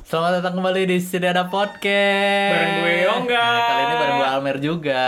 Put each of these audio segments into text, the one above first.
Selamat datang kembali di Sini Ada Podcast. Bareng gue Yongga. Kali ini bareng gue Almer juga.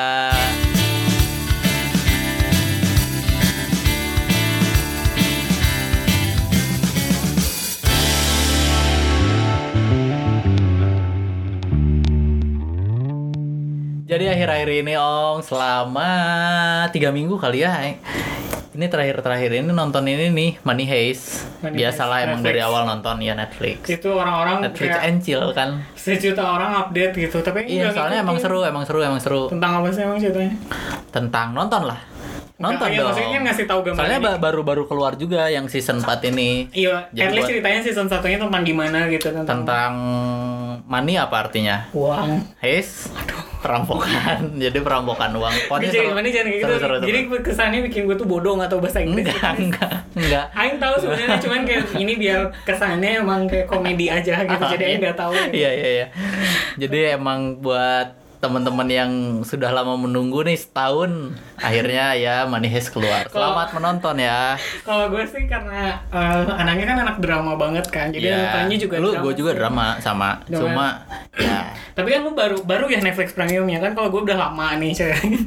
Jadi akhir-akhir ini selama 3 minggu kali ya. Ini terakhir ini nonton ini nih, Money Heist. Biasalah emang dari awal nonton ya Netflix. Itu orang-orang Netflix kayak and chill kan. sejuta orang update gitu, tapi Iya, soalnya emang seru. Tentang apa sih emang ceritanya? Tentang nonton lah. Nonton iya, dong. maksudnya kan ngasih tahu gambaran. Soalnya baru-baru keluar juga yang season 4 ini. Iya, Jadi at least ceritanya season 1-nya tentang gimana gitu, tentang money apa artinya? uang. Heist. Perampokan. Jadi perampokan uang. Pokoknya Jangan kayak gitu. seru. Jadi kesannya bikin gue tuh bodoh nggak tahu bahasa Inggris. Enggak. Aing tahu sebenarnya, cuman kayak ini biar kesannya emang kayak komedi aja gitu. Jadi Aing nggak tahu. Iya. Jadi emang buat teman-teman yang sudah lama menunggu nih setahun, akhirnya ya Money Heist keluar. Selamat menonton ya. Kalau gue sih karena anaknya kan anak drama banget kan, jadi nontonnya juga drama. Gue juga drama sama, cuma ya. Tapi kan lu baru ya Netflix Premium-nya kan, kalau gue udah lama nih ceritanya.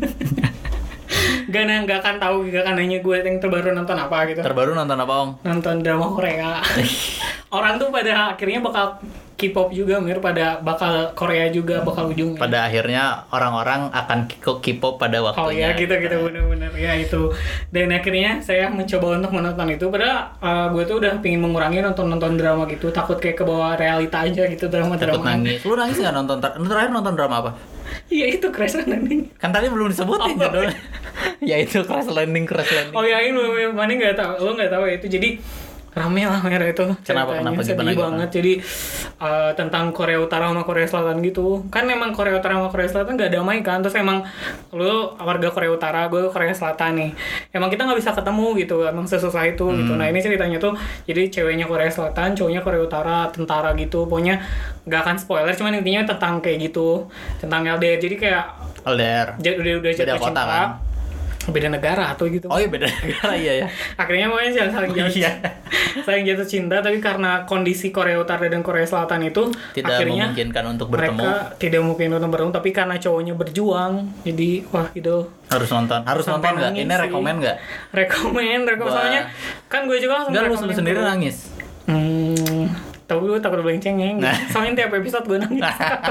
Gak akan nanya gue yang terbaru nonton apa gitu. Terbaru nonton apa, Ong? Nonton drama Korea. Orang tuh pada akhirnya bakal K-pop juga, pada bakal Korea juga bakal ujungnya. Pada akhirnya orang-orang akan K-pop pada waktunya. Oh iya, gitu benar-benar ya itu. Dan akhirnya saya mencoba untuk menonton itu. Padahal gue tuh udah pingin mengurangi nonton drama gitu. Takut kayak ke bawah realita aja gitu drama. Takut nangis. Lu nangis nggak nonton? Terakhir nonton drama apa? Iya itu Crash Landing. Kan tadi belum disebutin judulnya. Ya itu Crash Landing. Oh ya ini mana nggak tahu, lo nggak tahu ya itu. Jadi rame lah mereka itu. Kenapa sedih banget. Jadi tentang Korea Utara sama Korea Selatan gitu. Kan emang Korea Utara sama Korea Selatan nggak damai kan. Terus emang lu warga Korea Utara, gue Korea Selatan nih. Emang kita nggak bisa ketemu gitu. Emang sesusah itu gitu. Nah ini ceritanya tuh jadi ceweknya Korea Selatan, cowoknya Korea Utara, tentara gitu. Pokoknya nggak akan spoiler. Cuman intinya tentang kayak gitu. Tentang LDR. Jadi kayak LDR. Udah jatuh beda kota cinta. kan? Beda negara atau gitu. Oh iya beda negara iya ya. Akhirnya pokoknya saling jatuh cinta, tapi karena kondisi Korea Utara dan Korea Selatan itu tidak akhirnya memungkinkan untuk bertemu. Mereka tidak mungkin untuk bertemu, tapi karena cowoknya berjuang, jadi wah itu harus nonton nggak? Ini rekomen nggak? Rekomen soalnya kan gue juga langsung. Nggak, lu sendiri nangis. Tapi gue takut cengeng. Soalnya tiap episode gue nangis.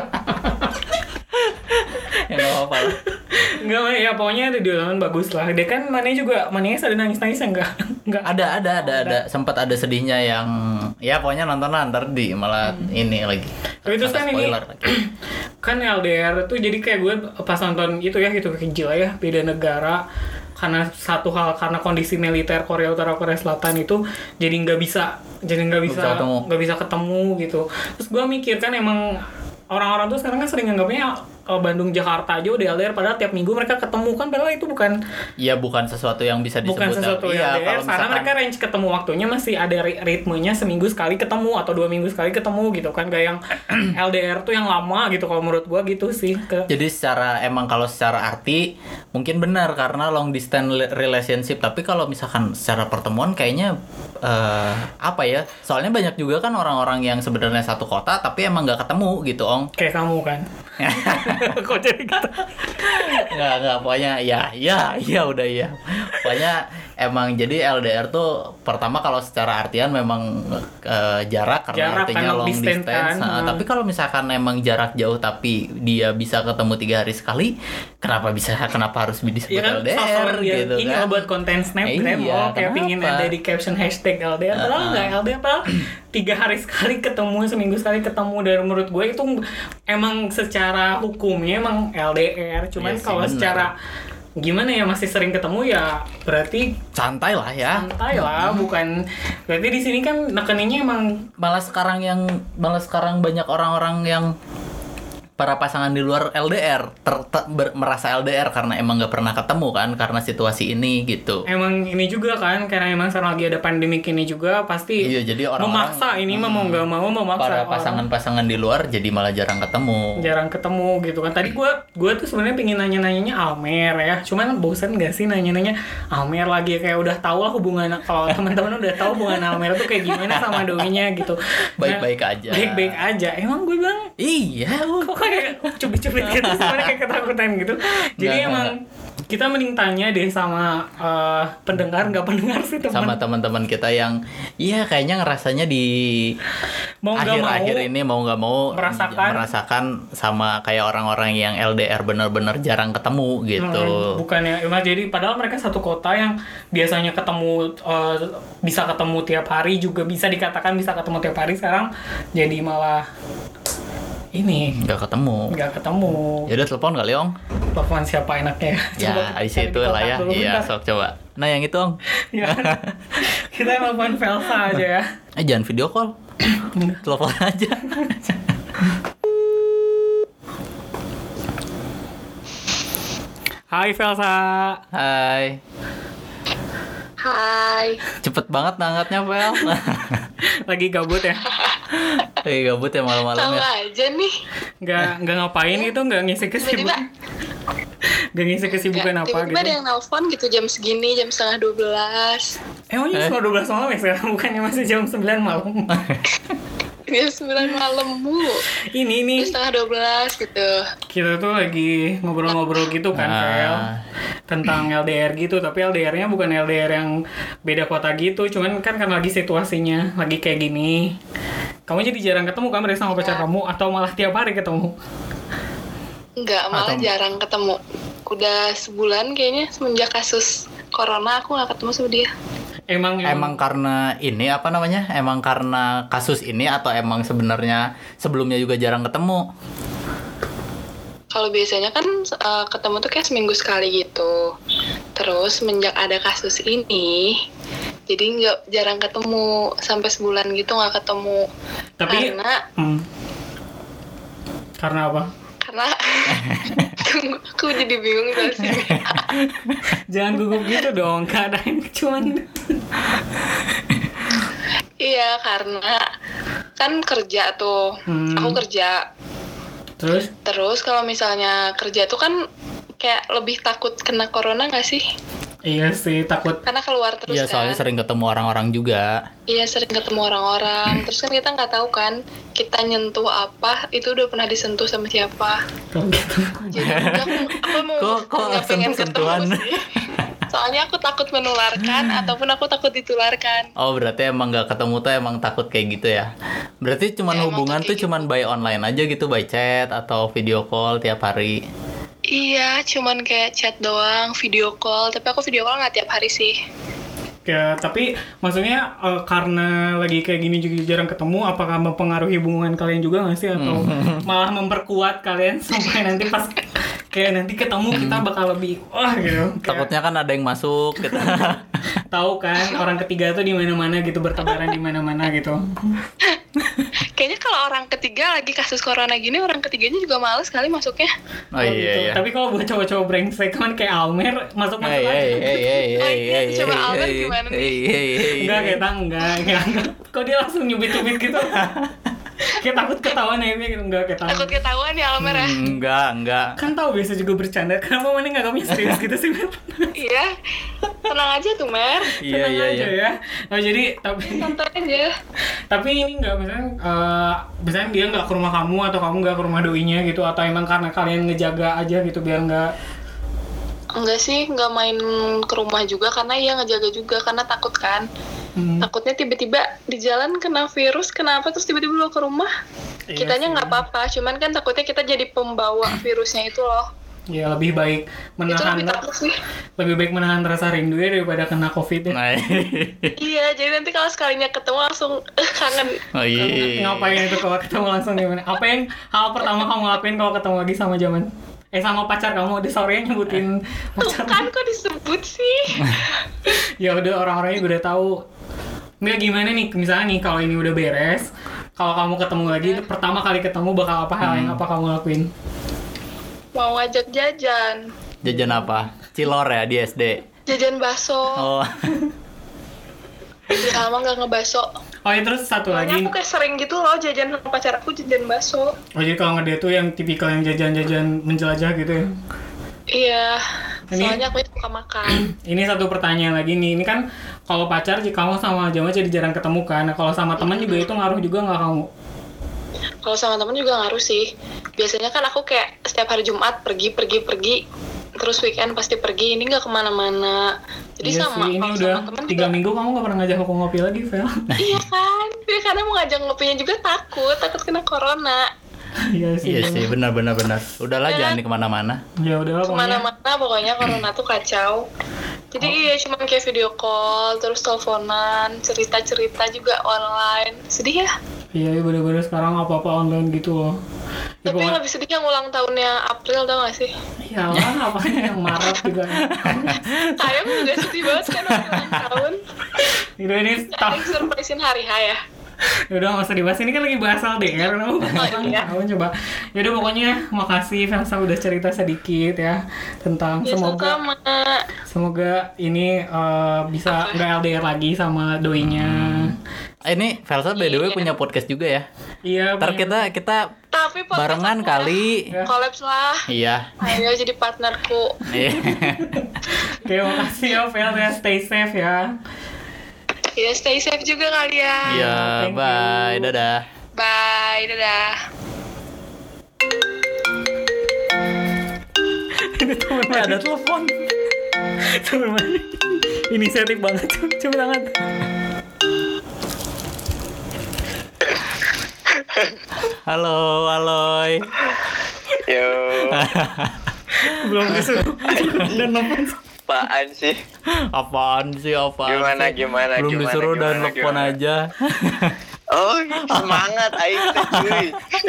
Ya nggak apa-apa lah. Enggak, ya pokoknya ada diulangan bagus lah. Dia kan mananya ada nangis-nangis enggak? Ada. Sempat ada sedihnya yang ya pokoknya nonton lah ntar malah ini lagi. Tapi terus kan ini lagi. Kan LDR tuh jadi kayak gue pas nonton itu ya gitu gila ya, beda negara. Karena karena kondisi militer Korea Utara Korea Selatan itu jadi nggak bisa ketemu gitu. Terus gue mikir kan emang orang-orang tuh sekarang kan sering nganggapnya Bandung Jakarta aja udah LDR, padahal tiap minggu mereka ketemu kan, padahal itu bukan sesuatu yang bisa disebut. Bukan sesuatu yang LDR, karena mereka range ketemu waktunya masih ada ritmenya seminggu sekali ketemu atau 2 minggu sekali ketemu gitu kan, gak yang LDR tuh yang lama gitu kalau menurut gua gitu sih. Jadi kalau secara arti mungkin benar karena long distance relationship, tapi kalau misalkan secara pertemuan kayaknya apa ya? Soalnya banyak juga kan orang-orang yang sebenarnya satu kota tapi emang nggak ketemu gitu, Ong. Kayak kamu kan. Kok jadi gitu? Nggak, pokoknya ya udah ya. Pokoknya emang jadi LDR tuh pertama kalau secara artian memang jarak karena artinya long distance. Kan? Tapi kalau misalkan emang jarak jauh tapi dia bisa ketemu 3 hari sekali, kenapa harus disebut kan, LDR gitu kan? Ini buat konten Snapgram, kayak pingin ada di caption hashtag LDR, padahal nggak LDR, padahal 3 hari sekali ketemu, seminggu sekali ketemu. Dan menurut gue itu emang secara hukumnya emang LDR, cuman kalau secara gimana ya masih sering ketemu ya berarti santai lah, bukan berarti di sini kan nekeninnya emang malah sekarang banyak orang-orang yang para pasangan di luar LDR merasa LDR karena emang nggak pernah ketemu kan karena situasi ini gitu. Emang ini juga kan karena emang sekarang lagi ada pandemik ini juga pasti. Iya, jadi orang-orang memaksa ini mau nggak mau memaksa. Para pasangan-pasangan di luar jadi malah jarang ketemu. Jarang ketemu gitu kan. Tadi gue tuh sebenarnya pengen nanya-nanyanya Amer ya. Cuman bosan nggak sih nanya-nanya Amer lagi, kayak udah tau lah hubungan, kalau teman-teman udah tahu hubungan Amer tuh kayak gimana sama doinya gitu. Baik-baik aja. Baik-baik aja. Emang gue bilang iya. kok kayak cubit-cubit gitu, sebenarnya kayak ketakutan gitu. Jadi emang kita mending tanya deh sama pendengar, nggak pendengar sih teman. Sama teman-teman kita yang iya kayaknya ngerasanya di akhir-akhir ini mau nggak mau merasakan sama kayak orang-orang yang LDR benar-benar jarang ketemu gitu. Bukannya emang jadi padahal mereka satu kota yang biasanya ketemu bisa ketemu tiap hari, juga bisa dikatakan bisa ketemu tiap hari, sekarang jadi malah ini nggak ketemu. Ya udah telepon kali Ong. Telepon siapa enaknya? Ya di situ lah ya. Iya sok coba. Nah yang itu Ong. Ya, kita telepon Velsa aja ya. Jangan video call. Telepon aja. Hai Velsa. Hai. Hai. Cepet banget nangkatnya Vel. Lagi gabut ya? Lagi gabut ya malam-malam ya. Tahu aja nih. Nggak ngapain gitu, nggak ngisi kesibukan. Nggak ngisi kesibukan apa tiba-tiba gitu. ada yang nelfon gitu jam segini, jam 11:30. Emangnya cuma 12 malam ya sekarang? Bukannya masih jam 9 malam? Jam 9 malam Bu. Ini nih. Jam 11:30 gitu. Kita tuh lagi ngobrol-ngobrol gitu kan, Vel. Tentang LDR gitu, tapi LDR-nya bukan LDR yang beda kota gitu, cuman kan karena lagi situasinya lagi kayak gini. Kamu jadi jarang ketemu kan sama pacar kamu, atau malah tiap hari ketemu? Enggak, malah jarang ketemu. Udah sebulan kayaknya semenjak kasus corona aku nggak ketemu sama dia. Emang karena ini apa namanya? Emang karena kasus ini atau emang sebenarnya sebelumnya juga jarang ketemu? Kalau biasanya kan ketemu tuh kayak seminggu sekali gitu. Terus semenjak ada kasus ini, jadi jarang ketemu, sampai sebulan gitu nggak ketemu. Tapi karena apa? Karena tunggu, aku jadi bingung sih. Jangan gugup gitu dong, keadaan cuman. Iya, karena kan kerja tuh. Aku kerja. Terus kalau misalnya kerja tuh kan kayak lebih takut kena corona nggak sih? Iya sih, takut. Karena keluar terus iya, kan. soalnya sering ketemu orang-orang juga. Iya, sering ketemu orang-orang. Terus kan kita nggak tahu kan, kita nyentuh apa, itu udah pernah disentuh sama siapa. Gitu. Jadi aku mau nggak pengen ketemu sih. Soalnya aku takut menularkan ataupun aku takut ditularkan. Oh, berarti emang nggak ketemu tuh emang takut kayak gitu ya? Berarti cuman ya, hubungan tuh gitu. cuman by online aja gitu, by chat atau video call tiap hari? Iya, cuman kayak chat doang, video call. Tapi aku video call nggak tiap hari sih. Ya, tapi maksudnya karena lagi kayak gini juga jarang ketemu, apakah mempengaruhi hubungan kalian juga nggak sih? Atau malah memperkuat kalian sampai nanti pas kayak nanti ketemu kita bakal lebih wah gitu. Takutnya kan ada yang masuk gitu. Tahu kan orang ketiga tuh di mana-mana gitu, bertebaran di mana-mana gitu. Kayaknya kalau orang ketiga lagi kasus corona gini, orang ketiganya juga males kali masuknya. Oh iya, gitu. iya. Tapi kalau buat cowok-cowok brengsek kan kayak Almer masuk-masuk aja. Coba Almer gimana nih? Enggak. Kok dia langsung nyubit-nyubit gitu? Kayak takut ketahuan ya gitu, enggak ketahuan. Takut ketahuan ya Almer ya? Enggak. Kan tahu biasa juga bercanda. Kenapa mana enggak kamu serius gitu sih, Mer? Iya. Tenang aja tuh, Mer. Iya. Aja ya. Nah, jadi tapi santai aja. Tapi ini enggak misalnya dia enggak ke rumah kamu atau kamu enggak ke rumah doinya gitu, atau emang karena kalian ngejaga aja gitu biar enggak. Enggak sih, enggak main ke rumah juga karena ia ngejaga juga karena takut kan. Takutnya tiba-tiba di jalan kena virus, kenapa terus tiba-tiba bawa ke rumah. Iya Kitanya sih. nggak apa-apa, cuman kan takutnya kita jadi pembawa virusnya itu loh. Ya lebih baik Itu lebih takut sih. lebih baik menahan rasa rindu ya daripada kena COVID ya. Nah, Iya, jadi nanti kalau sekalinya ketemu langsung kangen. oh iya. Ngapain itu kalau ketemu langsung gimana? Apa yang hal pertama kamu lakuin kalau ketemu lagi sama sama pacar kamu? Di sore nyebutin pacar. Kan kok disebut sih? Ya udah, orang-orangnya udah tahu. Nggak, gimana nih misalnya nih kalau ini udah beres, kalau kamu ketemu lagi, pertama kali ketemu bakal apa hal yang apa kamu lakuin? Mau ngajak jajan. Jajan apa? Cilor ya di SD. Jajan bakso. Oh. Udah lama nggak ngebaso. Oh ya, terus satu Soalnya lagi. aku kayak sering gitu loh jajan sama pacar aku jajan bakso. Oh jadi kalau ngedate tuh yang tipikal yang jajan-jajan menjelajah gitu ya? Iya. Ini- Soalnya aku itu suka makan. Ini satu pertanyaan lagi nih. Ini kan kalau pacar jika kamu sama Jama jadi jarang ketemu kan. Nah kalau sama teman juga itu ngaruh juga nggak kamu? Kalau sama temen juga ngaruh sih. Biasanya kan aku kayak setiap hari Jumat pergi. Terus weekend pasti pergi. Ini nggak kemana-mana. Jadi Iya sama. sih, ini kalau udah sama temen 3 juga- minggu kamu nggak pernah ngajak aku ngopi lagi, Vel. Iya kan. Dia kadang mau ngajak ngopinya juga takut kena corona. Iya sih. Iya sih, benar. Udahlah Ya. jangan di kemana-mana. Ya udah pokoknya. Kemana-mana pokoknya corona tuh kacau. Jadi iya cuma kayak video call, terus teleponan, cerita-cerita juga online. Sedih ya. Iya, bener-bener sekarang apa-apa online gitu loh. Ya, Tapi yang lebih sedih yang ulang tahunnya April tau gak sih? ya lah, apanya yang Maret juga. Sayang juga sedih banget kan ulang tahun. Udah ini Ada yang surprisein hari H ya. udah nggak usah dibahas, ini kan lagi bahas LDR. Iya. Tahun coba. Yaudah pokoknya makasih Velsa udah cerita sedikit ya tentang Ya sama. semoga ini bisa nggak LDR lagi sama doinya. Ini Velsa by the way punya podcast juga ya. Iya. Ntar punya- kita Tapi podcast barengan aku kali. Ya. collabs lah. Iya. Ayo jadi partnerku. Iya. Oke, makasih ya Vel ya, stay safe ya. Ya stay safe juga kalian. Iya, Thank you. bye. Dadah. Bye, dadah. Ini temen Ada telepon. temen inisiatif banget, coba tangan. Halo, Aloy. Yo, Belum disuruh dan nelfon. apaan sih? Apaan sih? Gimana, gimana, Belum gimana, disuruh dan gimana, telepon gimana? aja. Oh, semangat aing teh cuy.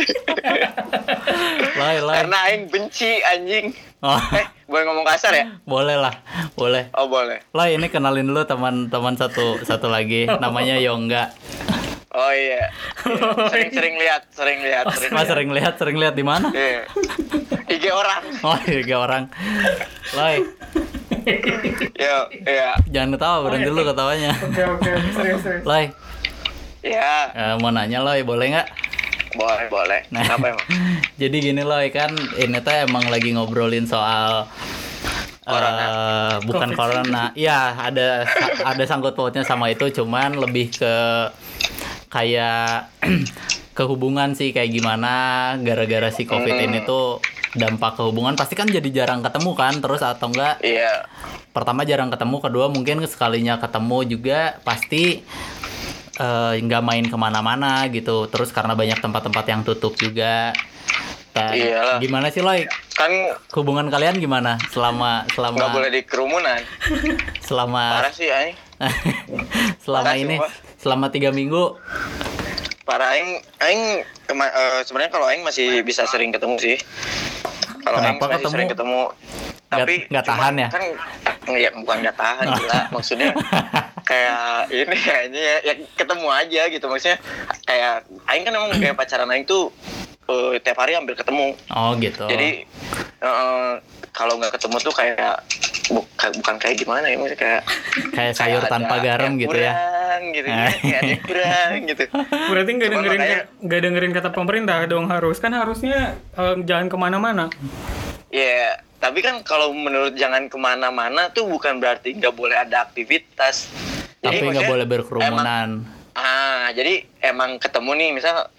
Lai. Karena aing benci anjing. Oh, Boleh ngomong kasar ya? boleh lah. Boleh. Oh, boleh. Lai, ini kenalin dulu teman-teman satu lagi, namanya Yongga. Oh iya. Sering lihat. Mas sering lihat di mana? Iya. IG orang. Oh, iya orang. Lai, Yo, iya. jangan ketawa, berhenti dulu ketawanya. Oke, serius. Lai, Ya, mau nanya Lai, boleh nggak? boleh. Nah. Kenapa emang? Jadi gini loh, kan ini tuh emang lagi ngobrolin soal Corona. bukan Covid. corona. Iya, ada sangkut pautnya sama itu, cuman lebih ke kayak ke hubungan sih, kayak gimana gara-gara si Covid ini tuh dampak ke hubungan pasti kan jadi jarang ketemu kan, terus atau enggak Iya. pertama jarang ketemu, kedua mungkin sekalinya ketemu juga pasti nggak main kemana-mana gitu, terus karena banyak tempat-tempat yang tutup juga. Iyalah. Gimana sih Loy, Kan hubungan kalian gimana selama nggak boleh di kerumunan. selama Parah sih aing. selama Parah, ini sumpah. selama 3 minggu? Parah aing sebenarnya kalau aing masih bisa sering ketemu sih. Kalau aing Kenapa masih ketemu? sering ketemu. Tapi Nggak cuman tahan ya? Kan ya bukan nggak tahan gila. Maksudnya kayak ini kayaknya ya ketemu aja gitu, maksudnya kayak aing kan emang kayak pacaran aing tuh tiap hari hampir ketemu. Oh gitu. Jadi kalau nggak ketemu tuh kayak bukan kayak gimana ya, maksudnya kayak sayur ada tanpa garam yang gitu ya. kurang, gitu kayak ada yang kurang gitu. Berarti nggak Cuman dengerin makanya- nggak dengerin kata pemerintah dong, harusnya jangan kemana-mana. Ya, tapi kan kalau menurut jangan kemana-mana tuh bukan berarti nggak boleh ada aktivitas. Tapi nggak maksudnya boleh berkerumunan. Jadi emang ketemu nih, misal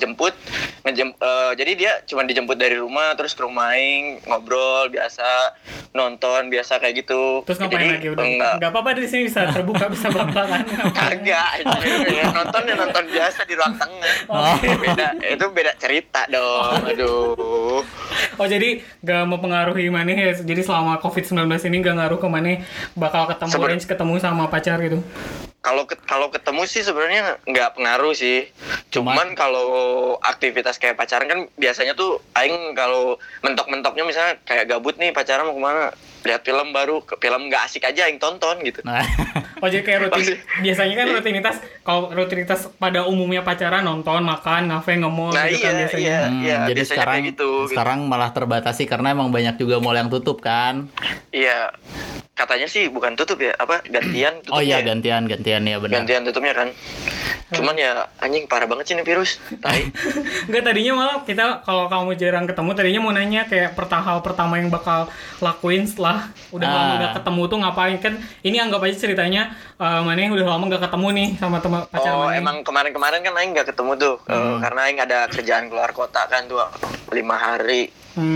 jadi dia cuma dijemput dari rumah terus ke rumah aing, ngobrol biasa, nonton biasa kayak gitu. Terus ngapain Jadi, lagi udah? enggak. Nggak apa-apa di sini bisa terbuka, bisa belakangan. Kagak, ya, nonton biasa di ruang tengah. Oh. Itu beda cerita dong. Aduh. Oh jadi nggak mempengaruhi mana ya? Jadi selama COVID-19 ini nggak ngaruh ke mana bakal ketemu Seben- range ketemu sama pacar gitu? kalau ketemu sih sebenarnya nggak pengaruh sih. Cuman kalau aktivitas kayak pacaran kan biasanya tuh aing kalau mentok-mentoknya misalnya kayak gabut nih pacaran mau kemana, lihat film baru, film nggak asik aja aing tonton gitu. Nah, Oh jadi kayak biasanya kan kalau rutinitas pada umumnya pacaran nonton, makan, ngafe, nge-mall Nah gitu kan biasanya. iya, jadi biasanya sekarang kayak gitu. sekarang malah terbatasi karena emang banyak juga mall yang tutup kan. Iya, katanya sih bukan tutup ya, apa gantian tutupnya. Oh iya, ya? gantian ya benar. Gantian tutupnya kan. Cuman ya anjing parah banget sih ini virus. Tai. Enggak, tadinya malah kita kalau kamu jarang ketemu tadinya mau nanya kayak hal pertama yang bakal lakuin setelah udah lama gak ketemu tuh ngapain kan. Ini anggap aja ceritanya Maneh udah lama gak ketemu nih sama teman pacar Oh, Maneh. emang kemarin kan aing nggak ketemu tuh. Karena aing ada kerjaan keluar kota kan tuh 5 hari.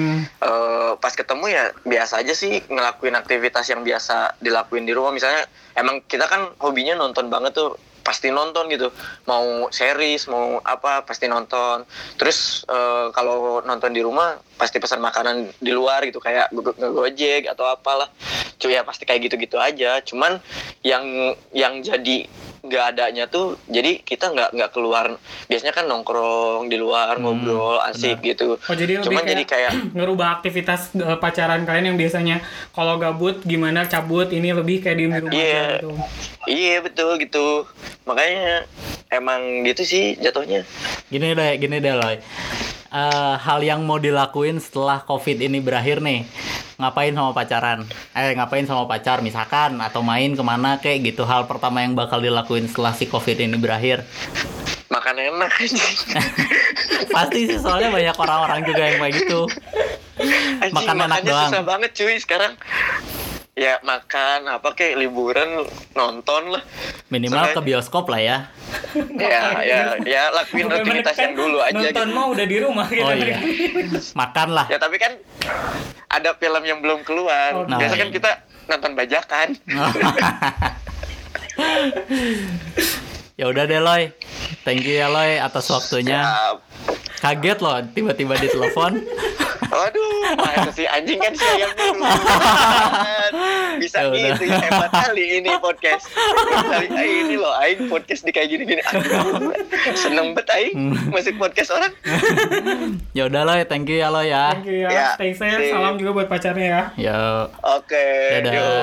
Pas ketemu ya biasa aja sih ngelakuin aktivitas yang biasa dilakuin di rumah. Misalnya emang kita kan hobinya nonton banget tuh, pasti nonton gitu, mau series mau apa pasti nonton. Terus kalau nonton di rumah pasti pesan makanan di luar gitu, kayak Gojek atau apalah. Cuy ya pasti kayak gitu-gitu aja. Cuman yang jadi nggak adanya tuh, jadi kita nggak keluar. Biasanya kan nongkrong di luar, ngobrol asik gitu. Oh jadi Cuman jadi kayak ngerubah aktivitas pacaran kalian yang biasanya kalau gabut gimana cabut, ini lebih kayak diem di rumah aja gitu. Iya betul gitu. Makanya emang gitu sih jatuhnya. Gini deh Loy. Hal yang mau dilakuin setelah COVID ini berakhir nih, ngapain sama pacaran? Ngapain sama pacar misalkan, atau main kemana kayak gitu. Hal pertama yang bakal dilakuin setelah si COVID ini berakhir. Makan enak aja. Pasti sih, soalnya banyak orang-orang juga yang kayak gitu. Anjing, Makan enak makannya doang. susah banget cuy sekarang. Ya makan apa kayak liburan nonton lah. Minimal ke bioskop lah ya. Ya lakuin rutinitas yang dulu aja nonton gitu. mah udah di rumah gitu. Oh iya. Makan lah. Ya tapi kan ada film yang belum keluar. Nah, Biasa iya. kan kita nonton bajakan. Ya udah deh Loy. Thank you ya Loy atas waktunya. Siap. Kaget loh tiba-tiba ditelepon. Aduh, masa sih anjing kan saya dulu. Bisa Ya udah. gitu ya, hebat kali ini podcast. Hebat kali ini loh, aing podcast di kayak gini-gini. Aduh, seneng bet aing masuk podcast orang. Ya udah Loy, thank you ya Loy ya. Thank you ya. Ya, Stay safe. sip. Salam juga buat pacarnya ya. Yo. Oke, Dadah. yuk.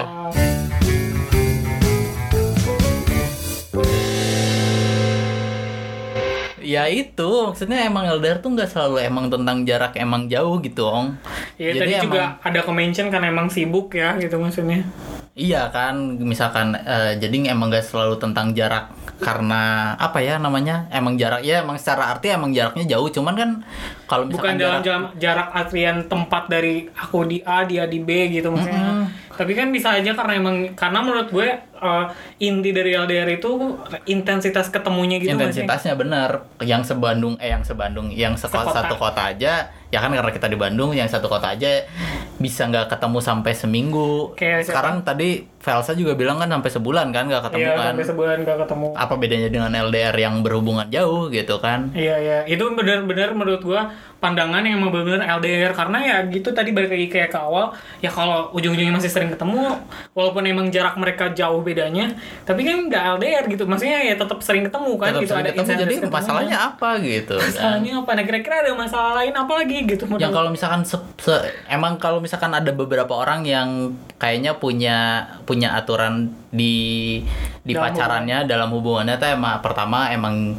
Ya itu, maksudnya emang LDR tuh nggak selalu emang tentang jarak emang jauh gitu, Ong. Iya, tadi juga ada ke-mention kan emang sibuk ya gitu maksudnya. Iya kan, misalkan jadi emang gak selalu tentang jarak karena apa ya namanya, emang jarak ya emang secara arti emang jaraknya jauh, cuman kan kalau Bukan misalkan dalam jarak artian tempat dari aku di A, dia di B gitu maksudnya. Tapi kan bisa aja karena menurut gue inti dari LDR itu intensitas ketemunya gitu. intensitasnya bener, yang sebandung yang Sekota. satu kota aja ya kan, karena kita di Bandung, yang satu kota aja bisa nggak ketemu sampai seminggu. Kayak sekarang tadi Velsa juga bilang kan sampai sebulan kan nggak ketemu. Iya, kan sampai sebulan gak ketemu. apa bedanya dengan LDR yang berhubungan jauh gitu kan. Iya, itu benar-benar menurut gua pandangan yang emang benar-benar LDR, karena ya gitu tadi balik lagi kayak ke awal, ya kalau ujung-ujungnya masih sering ketemu walaupun emang jarak mereka jauh bedanya, tapi kan nggak LDR gitu, maksudnya ya tetap sering ketemu kan. Tetap gitu, sering ada ketemu, insentif jadi ketemu. masalahnya apa gitu kan. Masalahnya apa? Nah, kira-kira ada masalah lain apa lagi gitu? Yang kalau misalkan emang kalau misalkan ada beberapa orang yang kayaknya punya aturan di Dalam pacarannya, dalam hubungannya tuh emang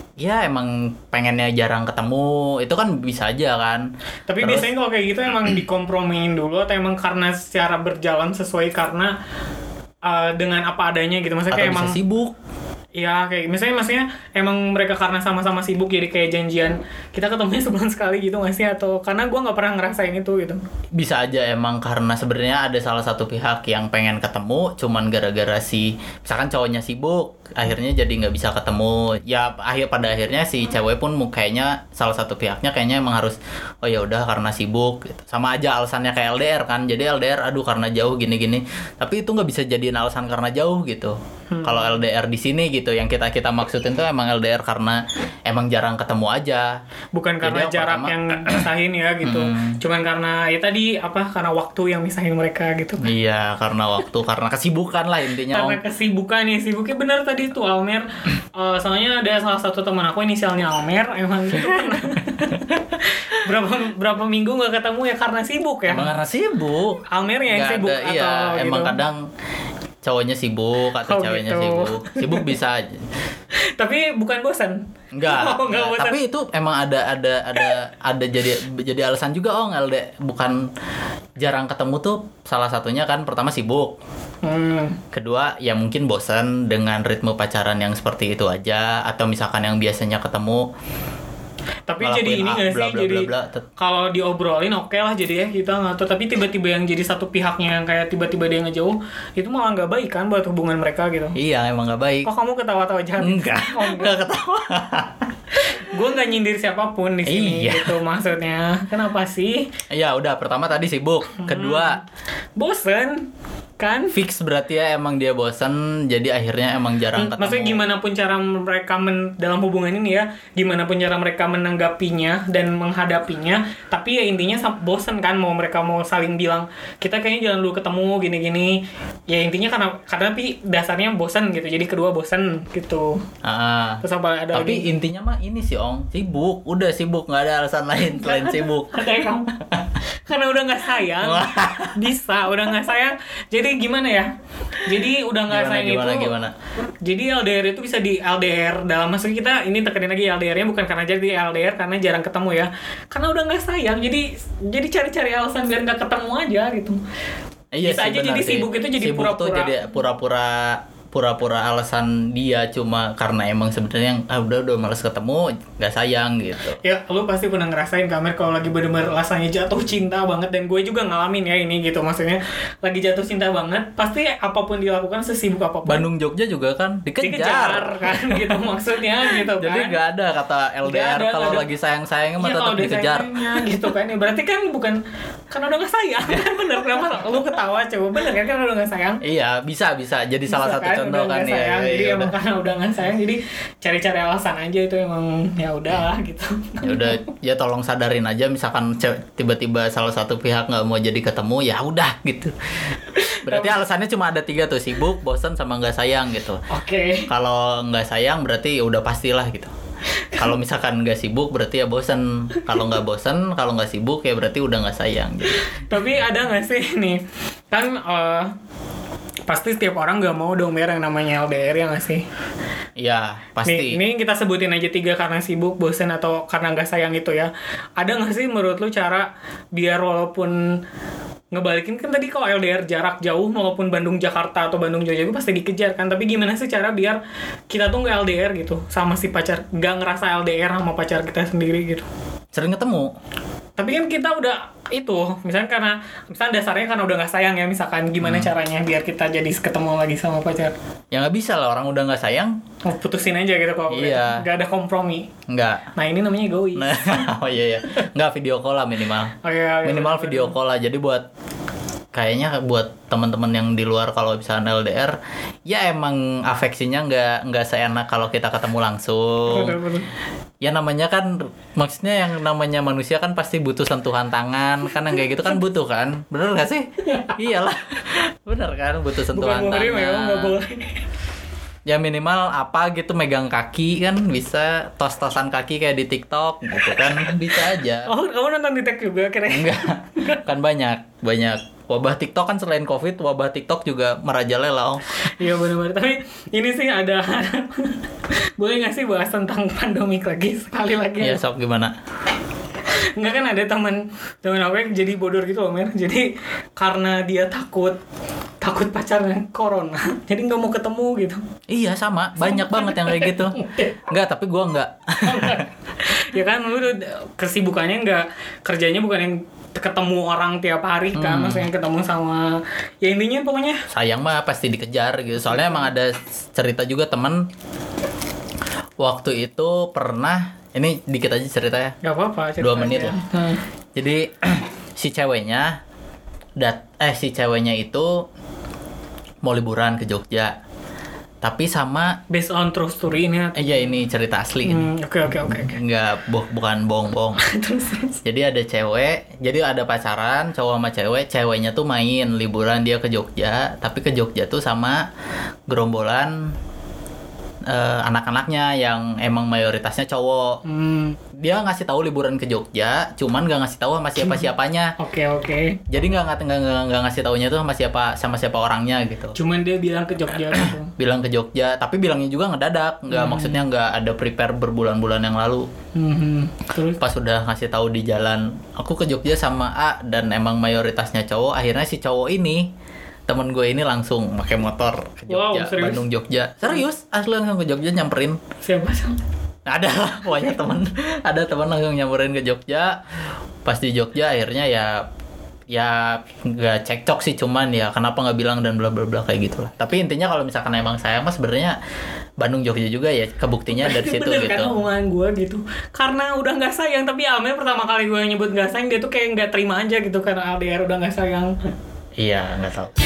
pengennya jarang ketemu, itu kan bisa aja kan. Tapi Terus, biasanya kalau kayak gitu emang dikompromiin dulu atau emang karena secara berjalan sesuai karena dengan apa adanya gitu, maksudnya atau kayak bisa emang sibuk. ya kayak maksudnya emang mereka karena sama-sama sibuk jadi kayak janjian kita ketemunya sebulan sekali gitu nggak sih, atau karena gue nggak pernah ngerasain itu gitu. Bisa aja emang karena sebenarnya ada salah satu pihak yang pengen ketemu, cuman gara-gara misalkan cowoknya sibuk, akhirnya jadi nggak bisa ketemu. Ya pada akhirnya si cewek pun kayaknya salah satu pihaknya kayaknya emang harus, oh ya udah karena sibuk gitu. Sama aja alasannya kayak LDR kan, jadi LDR aduh karena jauh gini-gini, tapi itu nggak bisa jadiin alasan karena jauh gitu. Kalau LDR di sini gitu, yang kita maksudin tuh emang LDR karena emang jarang ketemu aja. bukan karena Jadi jarak yang misahin ya gitu. Cuman karena ya tadi karena waktu yang misahin mereka gitu. Iya, karena waktu, karena kesibukan lah intinya. Karena kesibukan nih, sibuknya benar tadi tuh Almer. Soalnya ada salah satu teman aku inisialnya Almer, emang gitu berapa minggu nggak ketemu ya karena sibuk ya. Emang karena sibuk. Almer yang sibuk ada, atau iya, gitu. emang kadang cowoknya sibuk atau ceweknya gitu. sibuk bisa aja. Tapi bukan bosan. Enggak, Enggak bosan. tapi itu emang ada jadi alasan juga LD, bukan jarang ketemu tuh salah satunya kan pertama sibuk. Kedua ya mungkin bosan dengan ritme pacaran yang seperti itu aja, atau misalkan yang biasanya ketemu Tapi jadi ini nggak sih, jadi kalau diobrolin oke lah jadi ya kita ngatur, tapi tiba-tiba yang jadi satu pihaknya yang kayak tiba-tiba dia ngejauh, itu malah nggak baik kan buat hubungan mereka gitu. Iya, emang nggak baik. Kok kamu ketawa-tawa jahat? Enggak, enggak ketawa. Gue nggak nyindir siapapun di sini Iya. gitu maksudnya. Kenapa sih? Iya, udah pertama tadi sibuk. Kedua bosen kan? fix berarti ya emang dia bosan, jadi akhirnya emang jarang ketemu. Maksudnya gimana pun cara mereka dalam hubungan ini ya, gimana pun cara mereka menanggapinya dan menghadapinya, tapi ya intinya bosan kan, mereka mau saling bilang kita kayaknya jangan dulu ketemu gini-gini, ya intinya karena tapi dasarnya bosan gitu, jadi kedua bosan gitu. Terus apa ada tapi lagi? intinya mah ini sih Ong, sibuk, udah sibuk, nggak ada alasan lain selain sibuk. Ada yang kamu karena udah nggak sayang, bisa udah nggak sayang, jadi gimana ya? Jadi udah nggak sayang gimana? Jadi LDR itu bisa di LDR dalam maksud kita ini tekenin lagi LDR-nya bukan karena jadi LDR karena jarang ketemu ya, karena udah nggak sayang, jadi cari-cari alasan biar nggak ketemu aja gitu. Iya, bisa aja jadi sibuk itu jadi sibuk tuh jadi pura-pura alasan dia cuma karena emang sebenarnya udah malas ketemu, nggak sayang gitu. Ya lu pasti pernah ngerasain Kamer kalau lagi bener-bener rasanya jatuh cinta banget, dan gue juga ngalamin ya ini gitu, maksudnya lagi jatuh cinta banget pasti apapun dilakukan sesibuk apapun. Bandung Jogja juga kan dikejar kan gitu maksudnya gitu kan. Jadi nggak ada kata LDR kalau lagi sayang-sayangnya mah tetap dikejar gitu kan. Berarti kan bukan karena udah nggak sayang kan, bener. Kenapa lu ketawa coba? Bener kan karena udah nggak sayang? Iya, bisa jadi salah satu contoh kan ya. Jadi emang karena udah nggak sayang, jadi cari-cari alasan aja, itu emang ya udahlah gitu. Ya udah, ya tolong sadarin aja, misalkan tiba-tiba salah satu pihak nggak mau jadi ketemu, ya udah gitu. Berarti alasannya cuma ada 3 tuh, sibuk, bosan, sama nggak sayang gitu. Oke. Kalau nggak sayang berarti ya udah pastilah gitu. Kalau misalkan nggak sibuk berarti ya bosan. Kalau nggak bosan, kalau nggak sibuk ya berarti udah nggak sayang. Gitu. Tapi ada nggak sih nih kan pasti setiap orang nggak mau dong yang namanya LDR ya nggak sih? Iya, pasti. Ini kita sebutin aja 3 karena sibuk, bosan, atau karena nggak sayang itu ya. Ada nggak sih menurut lu cara biar walaupun ngebalikin kan tadi kalau LDR jarak jauh maupun Bandung Jakarta atau Bandung Jogja itu pasti dikejar kan, tapi gimana sih cara biar kita tuh nggak LDR gitu sama si pacar, nggak ngerasa LDR sama pacar kita sendiri gitu? Sering ketemu. Tapi kan kita udah itu, misalnya dasarnya karena udah nggak sayang ya, misalkan gimana caranya biar kita jadi ketemu lagi sama pacar? Ya nggak bisa lah, orang udah nggak sayang. Putusin aja gitu kalau iya. Nggak ada kompromi. Nggak. Nah ini namanya egois. Oh iya. Nggak, video call lah minimal. Oh, iya, minimal video call lah. Jadi kayaknya buat teman-teman yang di luar kalau misalnya LDR, ya emang afeksinya nggak seenak kalau kita ketemu langsung. Betul. Ya namanya kan, maksudnya yang namanya manusia kan pasti butuh sentuhan tangan, kan yang kayak gitu kan butuh kan, bener nggak sih? Iyalah, bener kan, butuh sentuhan tangan. Nggak boleh. Ya minimal apa gitu, megang kaki kan bisa, tos-tosan kaki kayak di TikTok gitu kan, bisa aja. Oh, kamu nonton di TikTok juga kira? Enggak, kan banyak. Wabah TikTok kan selain COVID, wabah TikTok juga merajalela. Iya benar-benar. Tapi ini sih ada boleh nggak sih bahas tentang pandemik lagi sekali lagi? Iya, sok gimana? Enggak, kan ada teman aku yang jadi bodor gitu loh, Mer. Jadi karena dia takut pacarnya corona, jadi nggak mau ketemu gitu. Iya, sama. Banyak banget yang kayak gitu. Enggak, tapi gua enggak. Ya kan, lu kesibukannya kerjanya bukan yang ketemu orang tiap hari kan, maksudnya ketemu sama, ya intinya pokoknya sayang mah pasti dikejar gitu. Soalnya emang ada cerita juga temen waktu itu pernah, ini dikit aja ceritanya. Gak apa-apa, 2 menit lah. Jadi si ceweknya itu mau liburan ke Jogja. tapi sama based on true story ini. iya ini cerita asli ini. Oke. Nggak bukan bohong-bohong. Terus. Jadi ada cewek, jadi ada pacaran cowok sama cewek, ceweknya tuh main liburan dia ke Jogja, tapi ke Jogja tuh sama gerombolan anak-anaknya yang emang mayoritasnya cowok. Dia ngasih tahu liburan ke Jogja, cuman nggak ngasih tahu sama siapa-siapanya. Oke. Jadi nggak ngasih taunya tuh sama siapa orangnya gitu. Cuman dia bilang ke Jogja gitu. Bilang ke Jogja, tapi bilangnya juga ngedadak, nggak maksudnya nggak ada prepare berbulan-bulan yang lalu. Terus Pas udah ngasih tahu di jalan, aku ke Jogja sama A dan emang mayoritasnya cowok. Akhirnya si cowok ini, temen gue ini langsung pakai motor ke Jogja, Wow, serius? Bandung Jogja. Serius, asli langsung ke Jogja nyamperin. siapa? Ada lah, pokoknya ada teman langsung nyamperin ke Jogja. Pas di Jogja akhirnya ya nggak cekcok sih, cuman ya kenapa nggak bilang dan bla bla bla kayak gitulah. Tapi intinya kalau misalkan emang sayang mas sebenarnya Bandung Jogja juga ya, kebuktinya dari situ Bener gitu. kan omongan gue gitu. Karena udah nggak sayang, tapi Amel pertama kali gue nyebut nggak sayang, dia tuh kayak nggak terima aja gitu karena LDR udah nggak sayang. Iya, nggak tahu.